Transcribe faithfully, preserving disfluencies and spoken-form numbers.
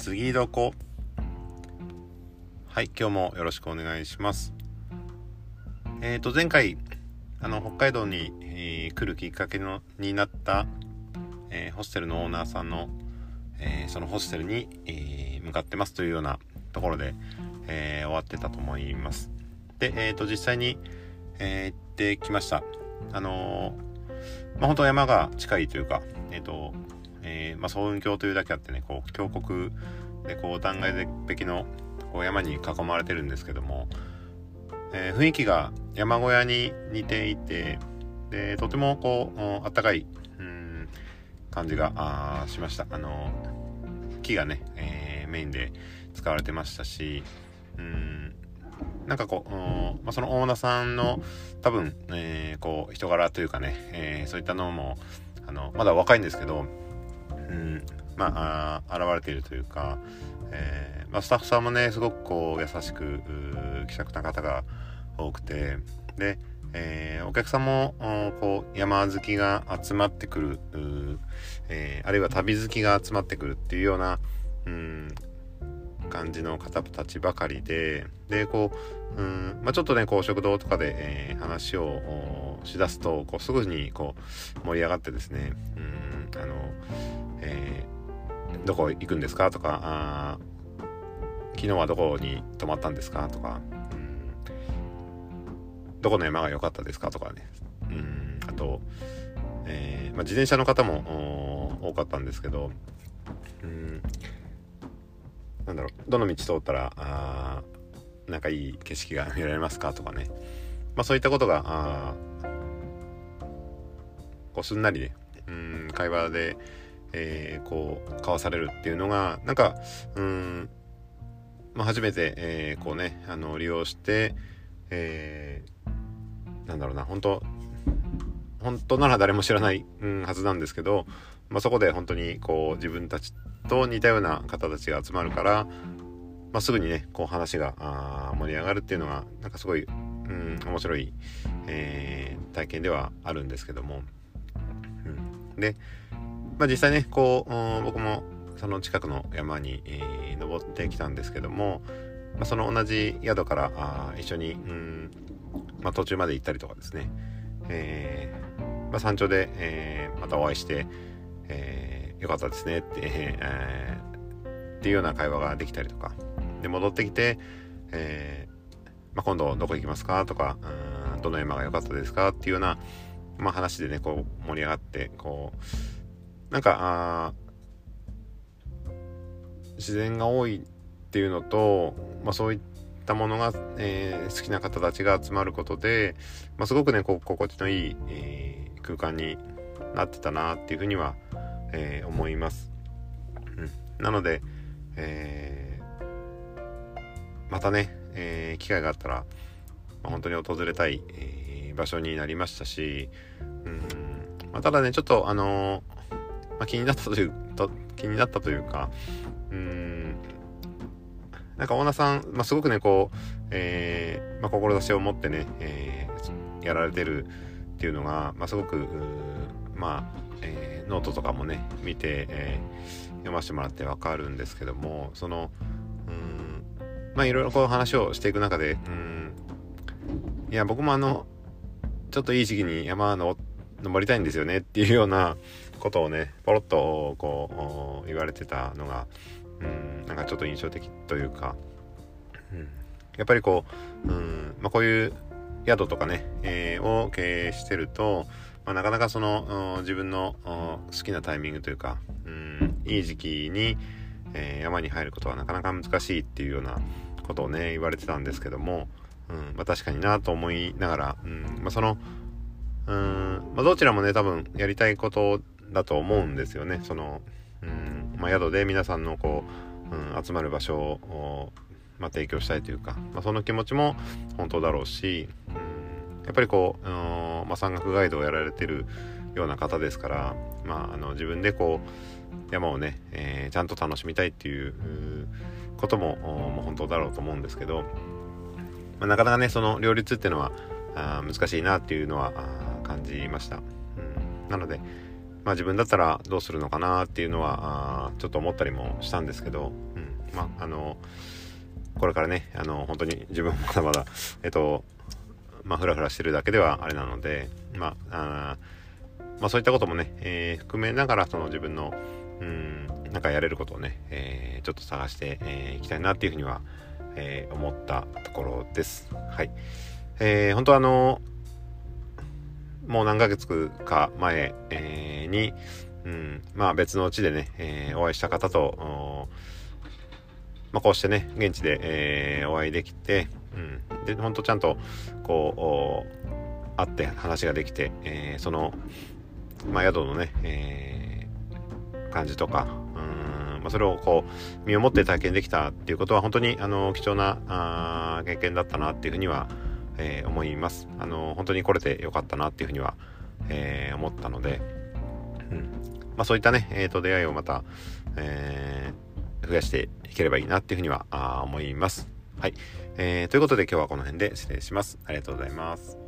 次どこ。はい、今日もよろしくお願いします。えーと前回あの北海道に、えー、来るきっかけのになった、えー、ホステルのオーナーさんの、えー、そのホステルに、えー、向かってますというようなところで、えー、終わってたと思います。で、えーと実際に、えー、行ってきました。あのー、まあ本当山が近いというか、えーとえーまあ、層雲峡というだけあってね、こう峡谷でこう断崖絶壁のこう山に囲まれてるんですけども、えー、雰囲気が山小屋に似ていて、でとてもこうあったかいうん感じがあしました。あの木がね、えー、メインで使われてましたし、うんなんかこう、まあ、そのオーナーさんの多分、えー、こう人柄というかね、えー、そういったのもあのまだ若いんですけど、うんまあ、あ現れているというか、えーまあ、スタッフさんもねすごくこう優しく気さくな方が多くて、で、えー、お客さんもこう山好きが集まってくる、えー、あるいは旅好きが集まってくるっていうような、うん感じの方たちばかりで、でこう、うんまあ、ちょっとねこう食堂とかで、えー、話をしだすとこうすぐにこう盛り上がってですね、うんあの、えー、どこ行くんですかとか、あ昨日はどこに泊まったんですかとか、うんどこの山が良かったですかとかね、うんあと、えーまあ、自転車の方も多かったんですけど、うんなんだろうどの道通ったらあなんかいい景色が見られますかとかね、まあそういったことがあこうすんなりねうん会話で、えー、こう交わされるっていうのがなんかうん、まあ、初めて、えー、こうねあの利用して、えー、なんだろうな本当本当なら誰も知らない、うん、はずなんですけど、まあ、そこで本当にこう自分たちと似たような方たちが集まるから、まあ、すぐにねこう話があ盛り上がるっていうのがなんかすごい、うん、面白い、えー、体験ではあるんですけども、うん、で、まあ、実際ねこう僕もその近くの山に、えー、登ってきたんですけども、まあ、その同じ宿からあ一緒に、うんまあ、途中まで行ったりとかですね、えーまあ、山頂で、えー、またお会いして、えー、よかったですねって、えー、っていうような会話ができたりとかで戻ってきて、えーまあ、今度どこ行きますかとか、うんどの山が良かったですかっていうような、まあ、話でねこう盛り上がってこうなんかあ自然が多いっていうのと、まあ、そういったものが、えー、好きな方たちが集まることで、まあ、すごくねこう心地のいい、えー、空間になってたなっていうふうには、えー、思います、うん、なので、えー、またね、えー、機会があったら、まあ、本当に訪れたい、えー、場所になりましたし、うんまあ、ただねちょっとあのーまあ、気になったというと気になったというかうーんなんかオーナーさん、まあ、すごくねこう、えーまあ、志を持ってね、えー、やられてるっていうのが、まあ、すごくまあ、えー、ノートとかもね見て、えー、読ませてもらってわかるんですけども、そのうーんまあいろいろこう話をしていく中でうーんいや僕もあのちょっといい時期に山の登りたいんですよねっていうようなことをねポロッとこう言われてたのがうんなんかちょっと印象的というか、うん、やっぱりこう、うんまあ、こういう宿とかね、えー、を経営してると、まあ、なかなかその自分の好きなタイミングというか、うん、いい時期に、えー、山に入ることはなかなか難しいっていうようなことをね言われてたんですけども、うんまあ、確かになと思いながら、うんまあ、そのうん、まあ、どちらもね多分やりたいことだと思うんですよね。そのうんまあ、宿で皆さんのこう、うん、集まる場所を、まあ、提供したいというか、まあ、その気持ちも本当だろうし、うん、やっぱりこう、うんまあ、山岳ガイドをやられてるような方ですから、まあ、あの自分でこう山をね、えー、ちゃんと楽しみたいっていうことも、もう本当だろうと思うんですけど、まあ、なかなかねその両立っていうのはあ難しいなっていうのは感じました、うん、なのでまあ自分だったらどうするのかなっていうのはあちょっと思ったりもしたんですけど、うんまああのこれからねあの本当に自分もまだまだえっとまあフラフラしてるだけではあれなので、まああまあそういったこともね、えー、含めながらその自分のうんなんかやれることをね、えー、ちょっと探してい、えー、きたいなっていうふうには、えー、思ったところです。はい。えー、本当あのもう何ヶ月か前、えー、に、うん、まあ別の地でね、えー、お会いした方と、まあ、こうしてね現地で、えー、お会いできて、うん、で本当ちゃんとこう会って話ができて、えー、その、まあ、宿のね、えー、感じとか、うん、まあ、それをこう身をもって体験できたっていうことは本当にあの貴重なあ経験だったなっていうふうには、えー、思います。あの本当に来れてよかったなっていうふうには、えー、思ったので、うんまあ、そういったね、えー、と出会いをまた、えー、増やしていければいいなっていうふうにはあ思います。はい、えー、ということで今日はこの辺で失礼します。ありがとうございます。